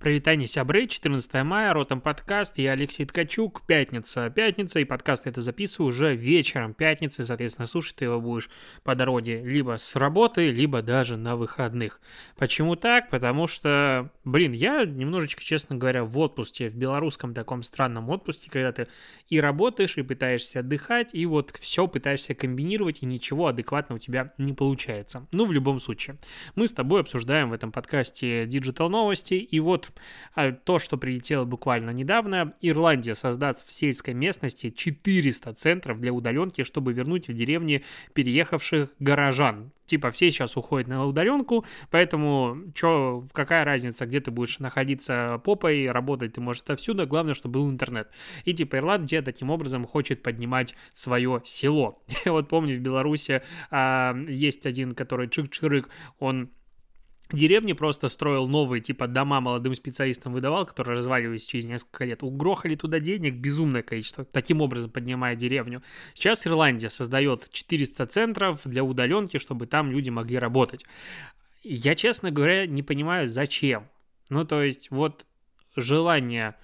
Привет, сябры, 14 мая, Ротом подкаст, я Алексей Ткачук, пятница, и подкаст это записываю уже вечером пятницы, соответственно, слушать ты его будешь по дороге либо с работы, либо даже на выходных. Почему так? Потому что, я немножечко, честно говоря, в отпуске, в белорусском таком странном отпуске, когда ты и работаешь, и пытаешься отдыхать, и вот все пытаешься комбинировать, и ничего адекватного у тебя не получается. В любом случае, мы с тобой обсуждаем в этом подкасте диджитал новости, и вот то, что прилетело буквально недавно, Ирландия создаст в сельской местности 400 центров для удаленки, чтобы вернуть в деревни переехавших горожан. Типа все сейчас уходят на удаленку, поэтому какая разница, где ты будешь находиться попой, работать ты можешь отовсюду, главное, чтобы был интернет. И типа Ирландия таким образом хочет поднимать свое село. Я вот помню, в Беларуси есть один, который Чик-Чирык, он деревни просто строил новые, типа, дома молодым специалистам выдавал, которые разваливались через несколько лет. Угрохали туда денег безумное количество, таким образом поднимая деревню. Сейчас Ирландия создает 400 центров для удаленки, чтобы там люди могли работать. Я, честно говоря, не понимаю, зачем. То есть, вот желание,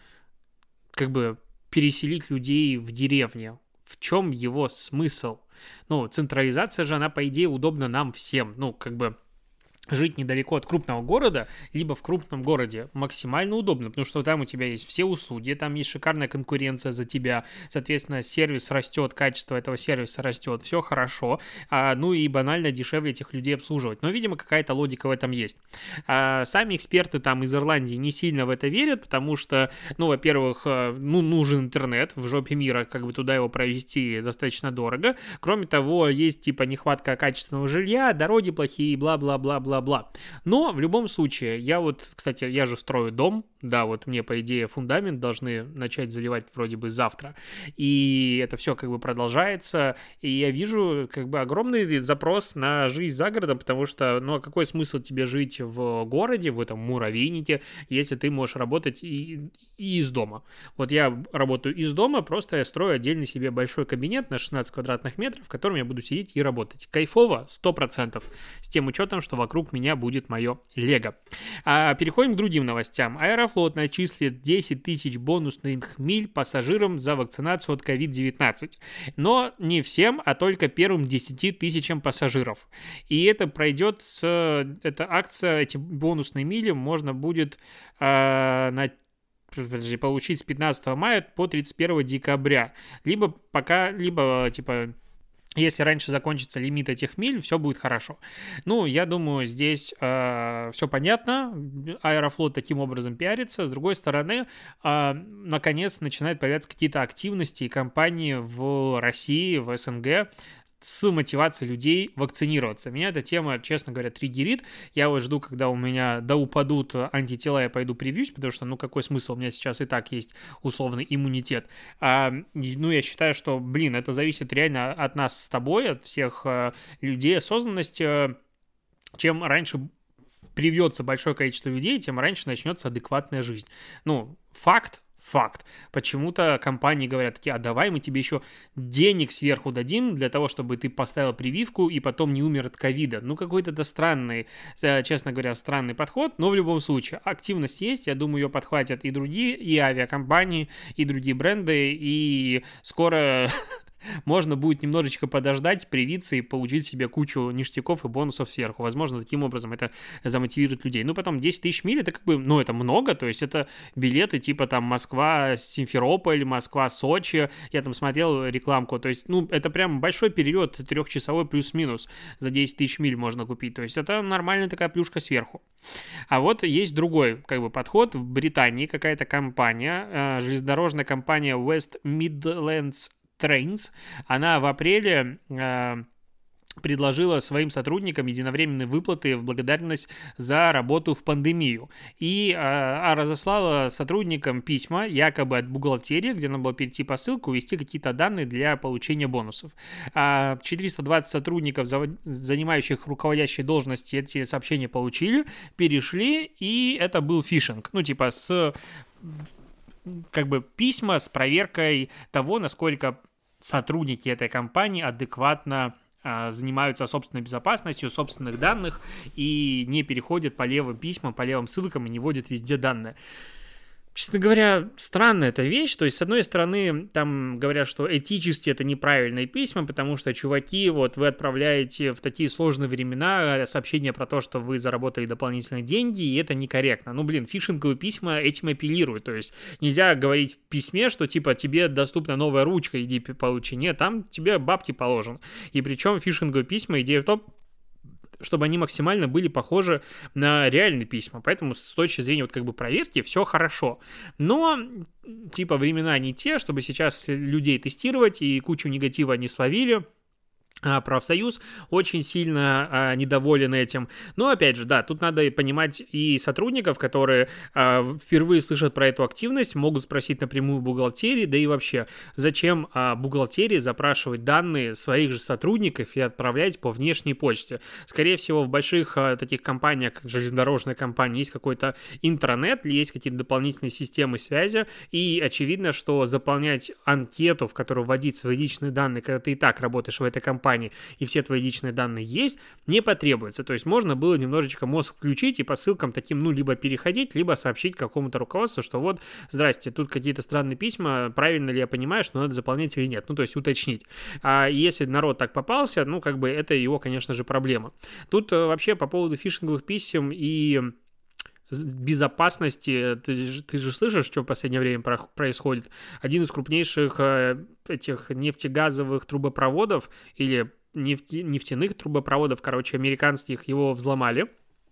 переселить людей в деревню. В чем его смысл? Централизация же, она, по идее, удобна нам всем. Жить недалеко от крупного города, либо в крупном городе максимально удобно, потому что там у тебя есть все услуги, там есть шикарная конкуренция за тебя, соответственно, сервис растет, качество этого сервиса растет, все хорошо, и банально дешевле этих людей обслуживать. Но, видимо, какая-то логика в этом есть. Сами эксперты там из Ирландии не сильно в это верят, потому что, во-первых, нужен интернет, в жопе мира, туда его провести достаточно дорого. Кроме того, есть, нехватка качественного жилья, дороги плохие, бла-бла-бла-бла. Но в любом случае, я же строю дом, да, вот мне, по идее, фундамент должны начать заливать вроде бы завтра, и это все продолжается, и я вижу огромный запрос на жизнь за городом, потому что, а какой смысл тебе жить в городе, в этом муравейнике, если ты можешь работать и из дома. Вот я работаю из дома, просто я строю отдельно себе большой кабинет на 16 квадратных метров, в котором я буду сидеть и работать. Кайфово 100%, с тем учетом, что вокруг меня будет мое лего. Переходим к другим новостям. Аэрофлот начислит 10 тысяч бонусных миль пассажирам за вакцинацию от COVID-19. Но не всем, а только первым 10 тысячам пассажиров. И это пройдет эта акция, эти бонусные мили можно будет получить с 15 мая по 31 декабря. Если раньше закончится лимит этих миль, все будет хорошо. Я думаю, здесь все понятно. Аэрофлот таким образом пиарится. С другой стороны, наконец начинают появляться какие-то активности и компании в России, в СНГ, с мотивацией людей вакцинироваться. Меня эта тема, честно говоря, триггерит. Я вот жду, когда у меня упадут антитела, я пойду привьюсь, потому что, какой смысл? У меня сейчас и так есть условный иммунитет. Я считаю, что, это зависит реально от нас с тобой, от всех людей, осознанность. Чем раньше привьется большое количество людей, тем раньше начнется адекватная жизнь. Факт. Почему-то компании говорят такие, давай мы тебе еще денег сверху дадим для того, чтобы ты поставил прививку и потом не умер от ковида. Какой-то это странный, честно говоря, странный подход, но в любом случае активность есть, я думаю, ее подхватят и другие, и авиакомпании, и другие бренды, и скоро можно будет немножечко подождать, привиться и получить себе кучу ништяков и бонусов сверху. Возможно, таким образом это замотивирует людей. Потом 10 тысяч миль, это это много, то есть это билеты типа там Москва-Симферополь, Москва-Сочи, я там смотрел рекламку, то есть, это прям большой перелет, 3-часовой плюс-минус за 10 тысяч миль можно купить, то есть это нормальная такая плюшка сверху. А вот есть другой, подход. В Британии какая-то компания, железнодорожная компания West Midlands Trains, она в апреле предложила своим сотрудникам единовременные выплаты в благодарность за работу в пандемию. И разослала сотрудникам письма, якобы от бухгалтерии, где надо было перейти по ссылке, ввести какие-то данные для получения бонусов. 420 сотрудников, занимающих руководящие должности, эти сообщения получили, перешли, и это был фишинг. Письма с проверкой того, насколько сотрудники этой компании адекватно занимаются собственной безопасностью собственных данных и не переходят по левым письмам, по левым ссылкам и не вводят везде данные. Честно говоря, странная эта вещь. То есть, с одной стороны, там говорят, что этически это неправильные письма, потому что, чуваки, вот вы отправляете в такие сложные времена сообщения про то, что вы заработали дополнительные деньги, и это некорректно. Ну, блин, фишинговые письма этим апеллируют. То есть, нельзя говорить в письме, что, типа, тебе доступна новая ручка, иди получи. Нет, там тебе бабки положены. И причем фишинговые письма, идея в том, чтобы они максимально были похожи на реальные письма. Поэтому с точки зрения вот как бы проверки все хорошо. Но типа времена не те, чтобы сейчас людей тестировать, и кучу негатива они словили. Профсоюз очень сильно недоволен этим. Но, опять же, да, тут надо понимать и сотрудников, которые впервые слышат про эту активность, могут спросить напрямую бухгалтерии, да и вообще, зачем бухгалтерии запрашивать данные своих же сотрудников и отправлять по внешней почте. Скорее всего, в больших таких компаниях, как железнодорожная компания, есть какой-то интранет, есть какие-то дополнительные системы связи, и очевидно, что заполнять анкету, в которую вводить свои личные данные, когда ты и так работаешь в этой компании, и все твои личные данные есть, не потребуется. То есть можно было немножечко мозг включить и по ссылкам таким, ну, либо переходить, либо сообщить какому-то руководству, что вот, здрасте, тут какие-то странные письма, правильно ли я понимаю, что надо заполнять или нет. Ну, то есть уточнить. А если народ так попался, ну, как бы это его, конечно же, проблема. Тут вообще по поводу фишинговых писем и безопасности, ты же слышишь, что в последнее время происходит? Один из крупнейших этих нефтегазовых трубопроводов или нефтяных трубопроводов, короче, американских, его взломали.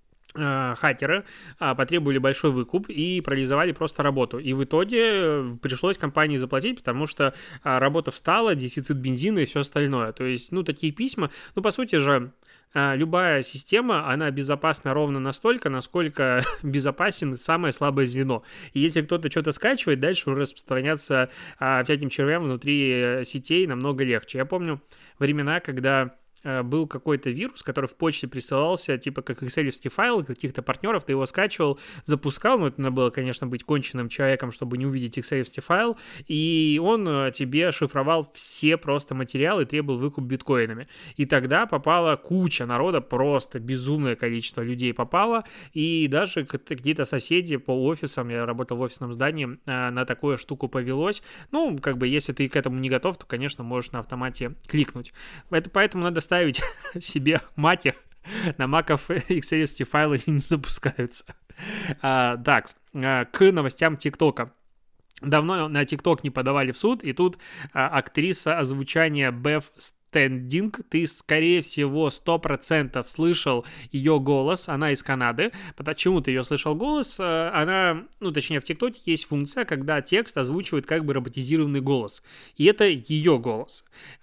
Хакеры потребовали большой выкуп и парализовали просто работу. И в итоге пришлось компании заплатить, потому что работа встала, дефицит бензина и все остальное. То есть, ну, такие письма, ну, по сути же, любая система, она безопасна ровно настолько, насколько безопасен самое слабое звено. И если кто-то что-то скачивает, дальше уже распространяться всяким червям внутри сетей намного легче. Я помню времена, когда был какой-то вирус, который в почте присылался, типа как excel-овский файл каких-то партнеров, ты его скачивал, запускал, но это надо было, конечно, быть конченным человеком, чтобы не увидеть excel-овский файл, и он тебе шифровал все просто материалы и требовал выкуп биткоинами. И тогда попала куча народа, просто безумное количество людей попало, и даже какие-то соседи по офисам, я работал в офисном здании, на такую штуку повелось. Ну, как бы, если ты к этому не готов, то, конечно, можешь на автомате кликнуть. Это поэтому надо ставить себе матерь. На маков excel файлы не запускаются. Так, к новостям ТикТока. Давно на ТикТок не подавали в суд, и тут актриса озвучания Беф Стендинг, ты, скорее всего, 100% слышал ее голос, она из Канады. Почему ты ее слышал голос? Она, ну, точнее, в ТикТоке есть функция, когда текст озвучивает как бы роботизированный голос, и это ее голос.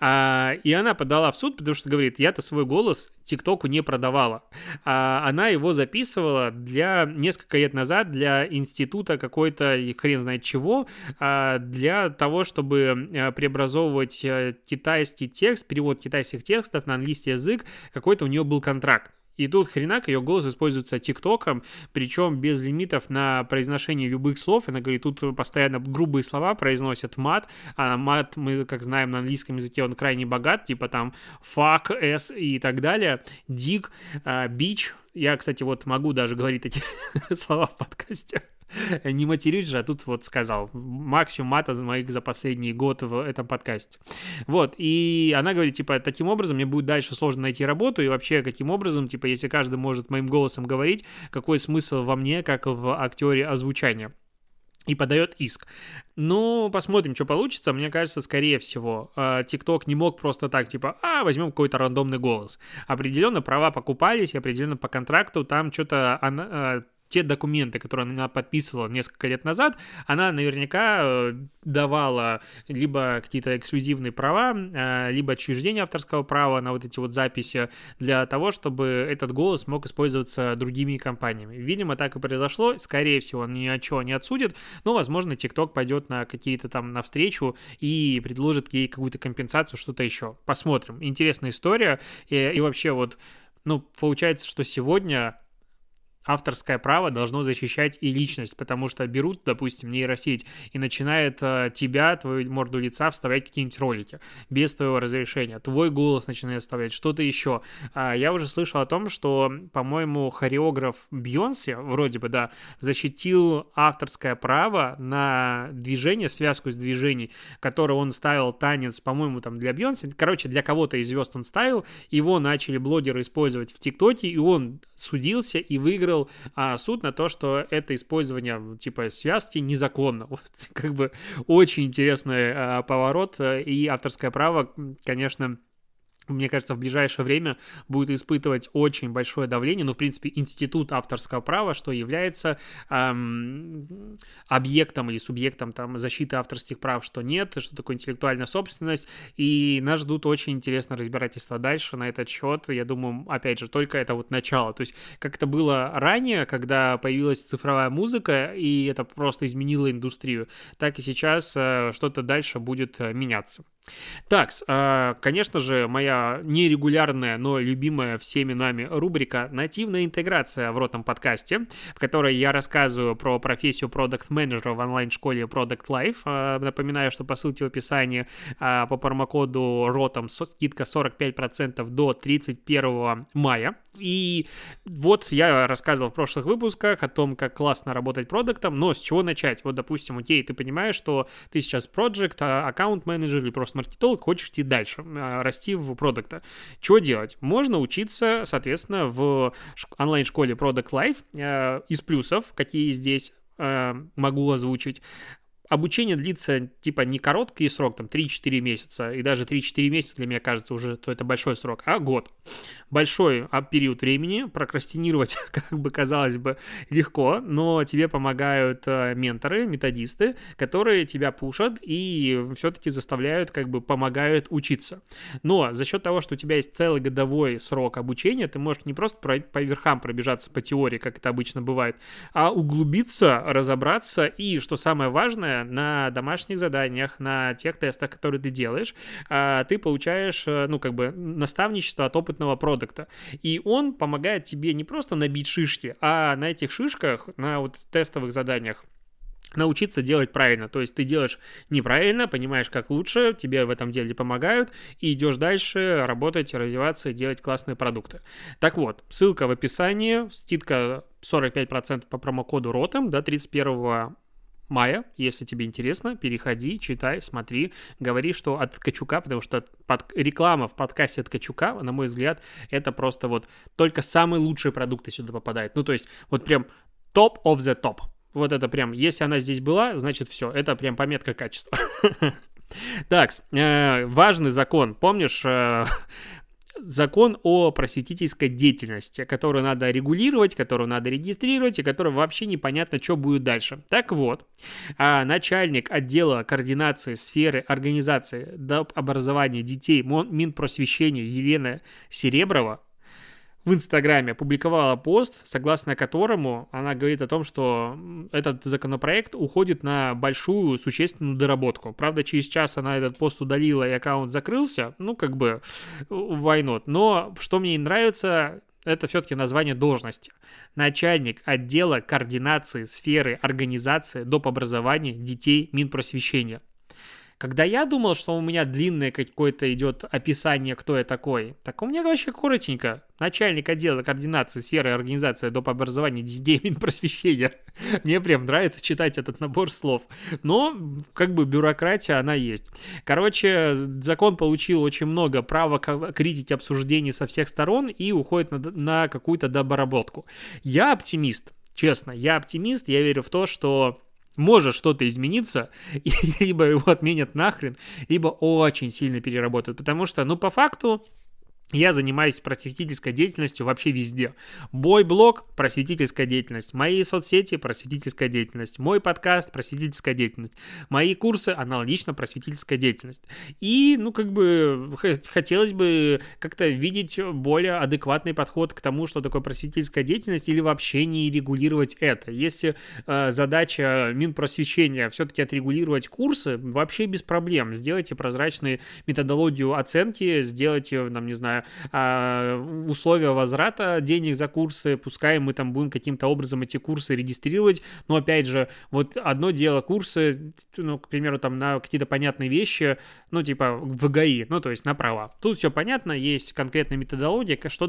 И она подала в суд, потому что говорит, я-то свой голос ТикТоку не продавала. Она его записывала несколько лет назад для института какой-то, хрен знает чего, для того, чтобы преобразовывать китайский текст, перевод китайских текстов на английский язык, какой-то у нее был контракт. И тут хренак, ее голос используется ТикТоком, причем без лимитов на произношение любых слов. Она говорит, тут постоянно грубые слова произносят, мат, а мат, мы, как знаем, на английском языке он крайне богат, типа там fuck, s и так далее, dick, bitch. Я, кстати, вот могу даже говорить эти слова в подкасте. Не матерюсь же, а тут вот сказал. Максимум мата моих за последний год в этом подкасте. Вот, и она говорит, типа, таким образом мне будет дальше сложно найти работу, и вообще, каким образом, типа, если каждый может моим голосом говорить, какой смысл во мне, как в актере озвучания? И подает иск. Ну, посмотрим, что получится. Мне кажется, скорее всего, TikTok не мог просто так, типа, возьмем какой-то рандомный голос. Определенно права покупались, и определенно по контракту там что-то те документы, которые она подписывала несколько лет назад, она наверняка давала либо какие-то эксклюзивные права, либо отчуждение авторского права на вот эти вот записи для того, чтобы этот голос мог использоваться другими компаниями. Видимо, так и произошло. Скорее всего, он ни от чего не отсудит, но, возможно, TikTok пойдет на какие-то там навстречу и предложит ей какую-то компенсацию, что-то еще. Посмотрим. Интересная история. И вообще вот, ну, получается, что сегодня авторское право должно защищать и личность, потому что берут, допустим, нейросеть и начинает тебя, твою морду лица вставлять какие-нибудь ролики без твоего разрешения, твой голос начинает вставлять, что-то еще. Я уже слышал о том, что, по-моему, хореограф Бейонсе, вроде бы, да, защитил авторское право на движение, связку из движений, которую он ставил танец, по-моему, там для Бейонсе, короче, для кого-то из звезд он ставил, его начали блогеры использовать в ТикТоке, и он судился и выиграл суд на то, что это использование типа связки незаконно. Вот, как бы очень интересный поворот, и авторское право, конечно, мне кажется, в ближайшее время будет испытывать очень большое давление, в принципе, институт авторского права, что является объектом или субъектом там, защиты авторских прав, что нет, что такое интеллектуальная собственность, и нас ждут очень интересные разбирательства дальше на этот счет. Я думаю, опять же, только это вот начало. То есть, как это было ранее, когда появилась цифровая музыка, и это просто изменило индустрию, так и сейчас что-то дальше будет меняться. Так, конечно же, моя нерегулярная, но любимая всеми нами рубрика «Нативная интеграция» в ротом подкасте, в которой я рассказываю про профессию продакт-менеджера в онлайн-школе Product Life. Напоминаю, что по ссылке в описании по промокоду ротом скидка 45% до 31 мая. И вот я рассказывал в прошлых выпусках о том, как классно работать продуктом, но с чего начать? Вот, допустим, окей, ты понимаешь, что ты сейчас проект, аккаунт-менеджер или просто маркетолог, хочешь идти дальше, расти в продукта. Что делать? Можно учиться, соответственно, в онлайн-школе Product Life. Из плюсов, какие здесь могу озвучить. Обучение длится, типа, не короткий срок, там, 3-4 месяца, и даже 3-4 месяца для меня кажется уже, то это большой срок, а год. Большой период времени, прокрастинировать, как бы, казалось бы, легко, но тебе помогают менторы, методисты, которые тебя пушат и все-таки заставляют, как бы, помогают учиться. Но за счет того, что у тебя есть целый годовой срок обучения, ты можешь не просто по верхам пробежаться по теории, как это обычно бывает, а углубиться, разобраться и, что самое важное, на домашних заданиях, на тех тестах, которые ты делаешь, ты получаешь, наставничество от опытного продукта. И он помогает тебе не просто набить шишки, а на этих шишках, на вот тестовых заданиях, научиться делать правильно. То есть ты делаешь неправильно, понимаешь, как лучше, тебе в этом деле помогают, и идешь дальше работать, развиваться и делать классные продукты. Так вот, ссылка в описании, скидка 45% по промокоду ROTEM до 31 мая, если тебе интересно, переходи, читай, смотри, говори, что от Ткачука, потому что реклама в подкасте от Ткачука, на мой взгляд, это просто вот только самые лучшие продукты сюда попадают. Ну, то есть, вот прям top of the top. Вот это прям, если она здесь была, значит все, это прям пометка качества. Так, важный закон, помнишь... Закон о просветительской деятельности, которую надо регулировать, которую надо регистрировать и которую вообще непонятно, что будет дальше. Так вот, начальник отдела координации сферы организации образования детей Минпросвещения Елена Сереброва в Инстаграме опубликовала пост, согласно которому она говорит о том, что этот законопроект уходит на большую существенную доработку. Правда, через час она этот пост удалила и аккаунт закрылся, why not? Но что мне нравится, это все-таки название должности. Начальник отдела координации сферы организации доп. Образования детей Минпросвещения. Когда я думал, что у меня длинное какое-то идет описание, кто я такой, так у меня вообще коротенько. Начальник отдела координации сферы организации доп. Образования детей Минпросвещения. Мне прям нравится читать этот набор слов. Но, как бы, бюрократия, она есть. Короче, закон получил очень много права критики, обсуждений со всех сторон и уходит на какую-то доработку. Я оптимист, честно, я оптимист, я верю в то, что может что-то измениться, и либо его отменят нахрен, либо очень сильно переработают, потому что, по факту, я занимаюсь просветительской деятельностью вообще везде. Мой блог – просветительская деятельность. Мои соцсети – просветительская деятельность. Мой подкаст – просветительская деятельность. Мои курсы – аналогично просветительская деятельность. И, хотелось бы как-то видеть более адекватный подход к тому, что такое просветительская деятельность, или вообще не регулировать это. Если задача Минпросвещения все-таки отрегулировать курсы, вообще без проблем. Сделайте прозрачную методологию оценки, сделайте, условия возврата денег за курсы, пускай мы там будем каким-то образом эти курсы регистрировать, но опять же, вот одно дело курсы, ну, к примеру, там на какие-то понятные вещи, ну, типа в ГАИ, ну, то есть на права. Тут все понятно, есть конкретная методология, что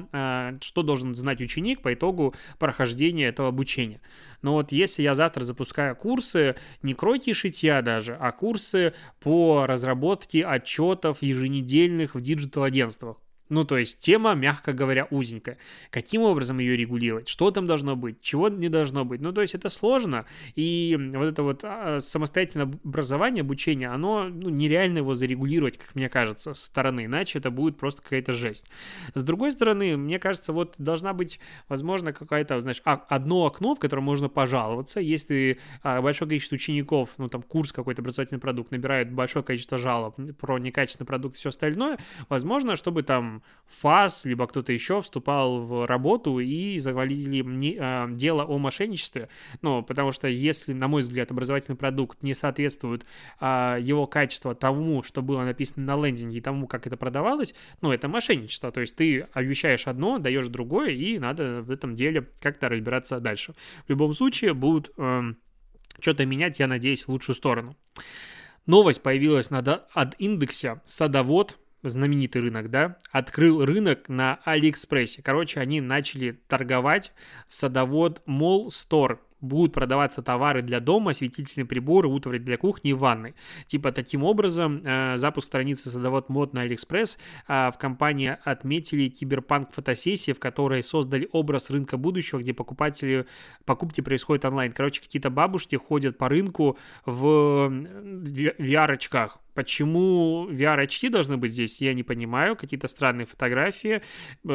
должен знать ученик по итогу прохождения этого обучения. Но вот если я завтра запускаю курсы, не кройки и шитья даже, а курсы по разработке отчетов еженедельных в диджитал-агентствах. Ну, то есть тема, мягко говоря, узенькая. Каким образом ее регулировать? Что там должно быть? Чего не должно быть? Ну, то есть это сложно. И вот это вот самостоятельное образование, обучение, оно нереально его зарегулировать, как мне кажется, со стороны. Иначе это будет просто какая-то жесть. С другой стороны, мне кажется, вот должна быть, возможно, какая-то, знаешь, одно окно, в котором можно пожаловаться. Если большое количество учеников, ну, там, курс какой-то образовательный продукт набирает большое количество жалоб про некачественный продукт и все остальное, возможно, чтобы там ФАС, либо кто-то еще вступал в работу и завалили дело о мошенничестве. Ну, потому что если, на мой взгляд, образовательный продукт не соответствует его качеству тому, что было написано на лендинге, и тому, как это продавалось, ну, это мошенничество. То есть ты обещаешь одно, даешь другое, и надо в этом деле как-то разбираться дальше. В любом случае будут что-то менять, я надеюсь, в лучшую сторону. Новость появилась на Ad-индексе. Садовод, знаменитый рынок, да, открыл рынок на Алиэкспрессе. Короче, они начали торговать. Садовод Mall Store. Будут продаваться товары для дома, осветительные приборы, утварь для кухни и ванны. Типа таким образом, запуск страницы Садовод Мод на Алиэкспресс в компании отметили киберпанк-фотосессии, в которой создали образ рынка будущего, где покупки происходят онлайн. Короче, какие-то бабушки ходят по рынку в VR-очках. Почему VR-очки должны быть здесь, я не понимаю. Какие-то странные фотографии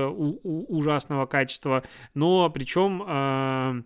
ужасного качества. Но причем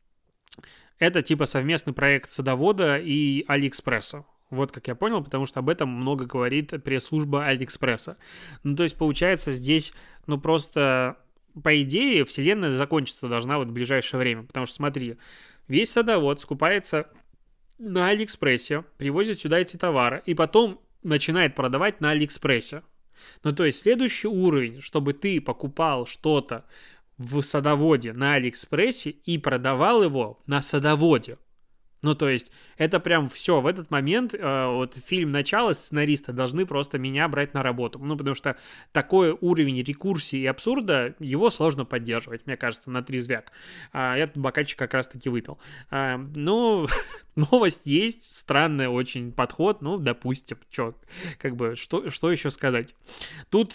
это типа совместный проект Садовода и Алиэкспресса. Вот как я понял, потому что об этом много говорит пресс-служба Алиэкспресса. Ну, то есть, получается, здесь, ну, просто, по идее, вселенная закончиться должна вот в ближайшее время. Потому что, смотри, весь Садовод скупается на Алиэкспрессе, привозит сюда эти товары, и потом начинает продавать на Алиэкспрессе. Ну, то есть, следующий уровень, чтобы ты покупал что-то в Садоводе на Алиэкспрессе и продавал его на Садоводе. Ну, то есть, это прям все. В этот момент, вот фильм «Начало», сценаристы должны просто меня брать на работу. Ну, потому что такой уровень рекурсии и абсурда, его сложно поддерживать, мне кажется, на трезвяк. Я тут бокальчик как раз-таки выпил. Ну, новость есть, странный очень подход, ну, допустим. Что еще сказать? Тут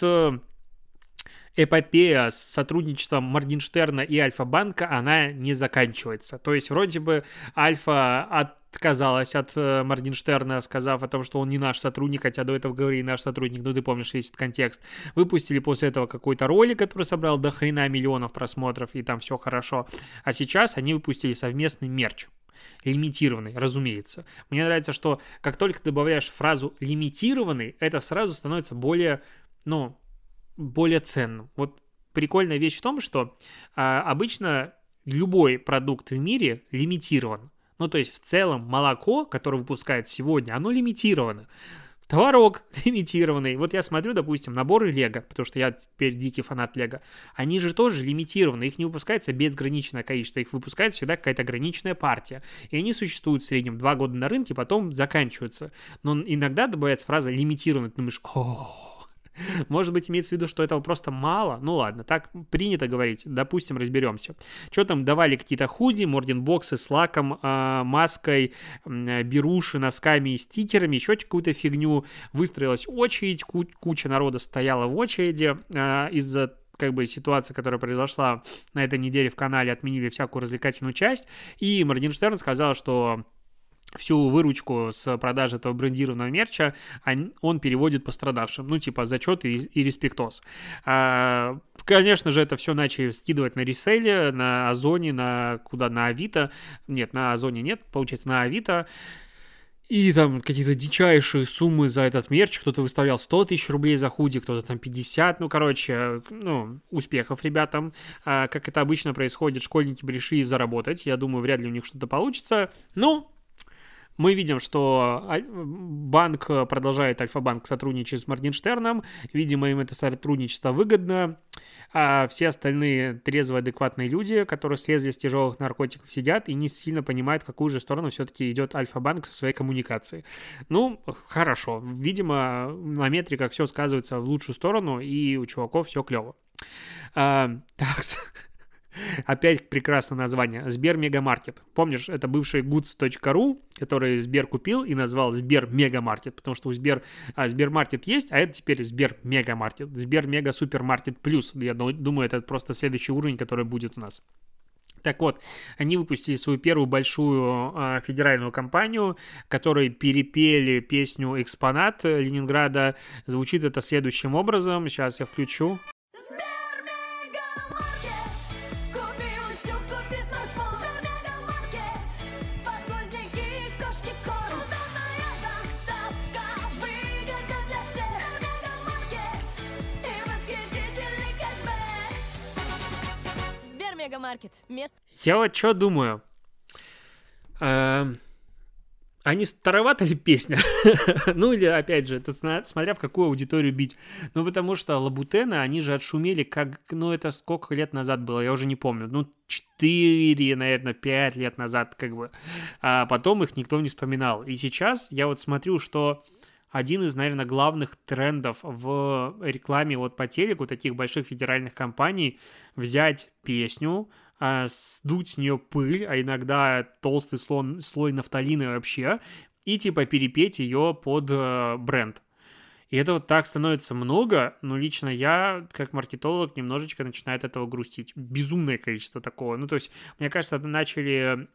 эпопея с сотрудничеством Моргенштерна и Альфа-банка, она не заканчивается. То есть вроде бы Альфа отказалась от Моргенштерна, сказав о том, что он не наш сотрудник, хотя до этого говорили наш сотрудник, ну ты помнишь весь этот контекст. Выпустили после этого какой-то ролик, который собрал до хрена миллионов просмотров, и там все хорошо. А сейчас они выпустили совместный мерч. Лимитированный, разумеется. Мне нравится, что как только ты добавляешь фразу «лимитированный», это сразу становится более ценным. Вот прикольная вещь в том, что обычно любой продукт в мире лимитирован. Ну, то есть в целом молоко, которое выпускают сегодня, оно лимитировано. Творог лимитированный. Вот я смотрю, допустим, наборы Лего, потому что я теперь дикий фанат Лего. Они же тоже лимитированы. Их не выпускается безграничное количество. Их выпускает всегда какая-то ограниченная партия. И они существуют в среднем 2 года на рынке, потом заканчиваются. Но иногда добавляется фраза «лимитированный». Ты думаешь, может быть, имеется в виду, что этого просто мало? Ну ладно, так принято говорить. Допустим, разберемся. Что там, давали какие-то худи, мординбоксы с лаком, маской, беруши, носками и стикерами, еще какую-то фигню. Выстроилась очередь, куча народа стояла в очереди из-за ситуация, которая произошла на этой неделе в канале, отменили всякую развлекательную часть. И Моргенштерн сказал, что всю выручку с продажи этого брендированного мерча он переводит пострадавшим. Ну, типа, зачет и респектоз. Конечно же, это все начали скидывать на реселе, на Озоне, на Авито. Нет, на Озоне нет, получается, на Авито. И там какие-то дичайшие суммы за этот мерч. Кто-то выставлял 100 тысяч рублей за худи, кто-то там 50. Успехов ребятам. Как это обычно происходит, школьники решили заработать. Я думаю, вряд ли у них что-то получится. Мы видим, что банк продолжает, Альфа-банк, сотрудничать с Моргенштерном. Видимо, им это сотрудничество выгодно. А все остальные трезвые, адекватные люди, которые слезли с тяжелых наркотиков, сидят и не сильно понимают, в какую же сторону все-таки идет Альфа-банк со своей коммуникацией. Ну, хорошо. Видимо, на метриках все сказывается в лучшую сторону, и у чуваков все клево. Так, опять прекрасное название. Сбер Мегамаркет. Помнишь, это бывший goods.ru, который Сбер купил и назвал Сбер Мегамаркет, потому что у Сбермаркет есть, а это теперь Сбер Мегамаркет. Сбер Мега Супермаркет Плюс. Я думаю, это просто следующий уровень, который будет у нас. Так вот, они выпустили свою первую большую федеральную кампанию, в которой перепели песню «Экспонат» Ленинграда. Звучит это следующим образом. Сейчас я включу. Мегамаркет. Я вот что думаю. А не старовата ли песня? Ну или, опять же, это смотря в какую аудиторию бить. Ну, потому что Лабутены, они же отшумели, как, ну, это сколько лет назад было, я уже не помню. Ну, 4, наверное, 5 лет назад, как бы. А потом их никто не вспоминал. И сейчас я вот смотрю, что один из, наверное, главных трендов в рекламе вот по телеку таких больших федеральных компаний — взять песню, сдуть с нее пыль, а иногда толстый слой нафталина вообще, и типа перепеть ее под бренд. И это вот так становится много, но лично я, как маркетолог, немножечко начинаю от этого грустить. Безумное количество такого. Ну, то есть, мне кажется, это начали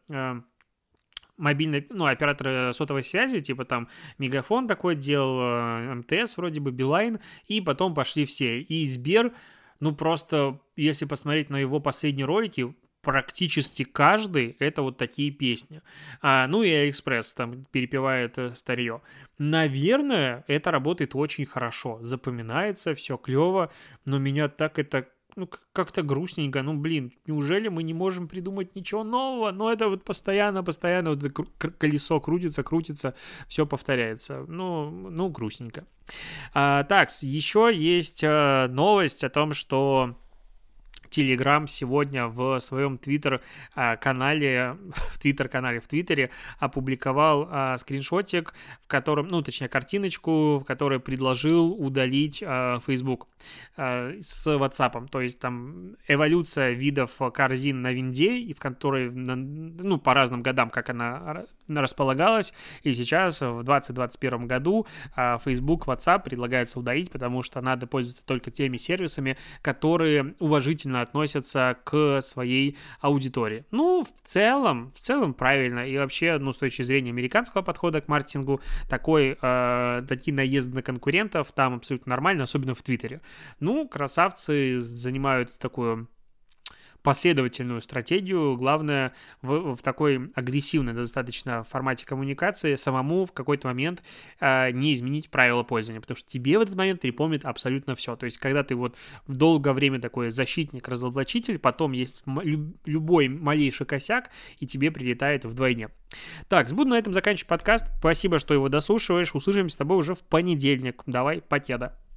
мобильные, ну, операторы сотовой связи, типа там Мегафон такой делал, МТС вроде бы, Билайн, и потом пошли все. И Сбер, ну, просто, если посмотреть на его последние ролики, практически каждый — это вот такие песни. Ну и Алиэкспресс там перепевает старье. Наверное, это работает очень хорошо. Запоминается, все клево, но меня так это... Ну, как-то грустненько. Ну, блин, неужели мы не можем придумать ничего нового? Но это вот постоянно вот это колесо крутится, все повторяется. Ну, грустненько. Так, еще есть новость о том, что Telegram сегодня в своем Твиттер-канале в Твиттере опубликовал скриншотик, в котором, ну, точнее, картиночку, в которой предложил удалить Facebook с WhatsApp. То есть там эволюция видов корзин на винде, и в которой, ну, по разным годам, как она располагалась, и сейчас в 2021 году Facebook, WhatsApp предлагается удалить, потому что надо пользоваться только теми сервисами, которые уважительно относятся к своей аудитории. Ну, в целом правильно. И вообще, ну, с точки зрения американского подхода к маркетингу, такие наезды на конкурентов там абсолютно нормально, особенно в Твиттере. Ну, красавцы занимают такую последовательную стратегию. Главное, в такой агрессивной достаточно формате коммуникации самому в какой-то момент не изменить правила пользования, потому что тебе в этот момент припомнит абсолютно все. То есть, когда ты вот в долгое время такой защитник, разоблачитель, потом есть любой малейший косяк, и тебе прилетает вдвойне. Так, буду на этом заканчивать подкаст. Спасибо, что его дослушиваешь. Услышимся с тобой уже в понедельник. Давай, покеда.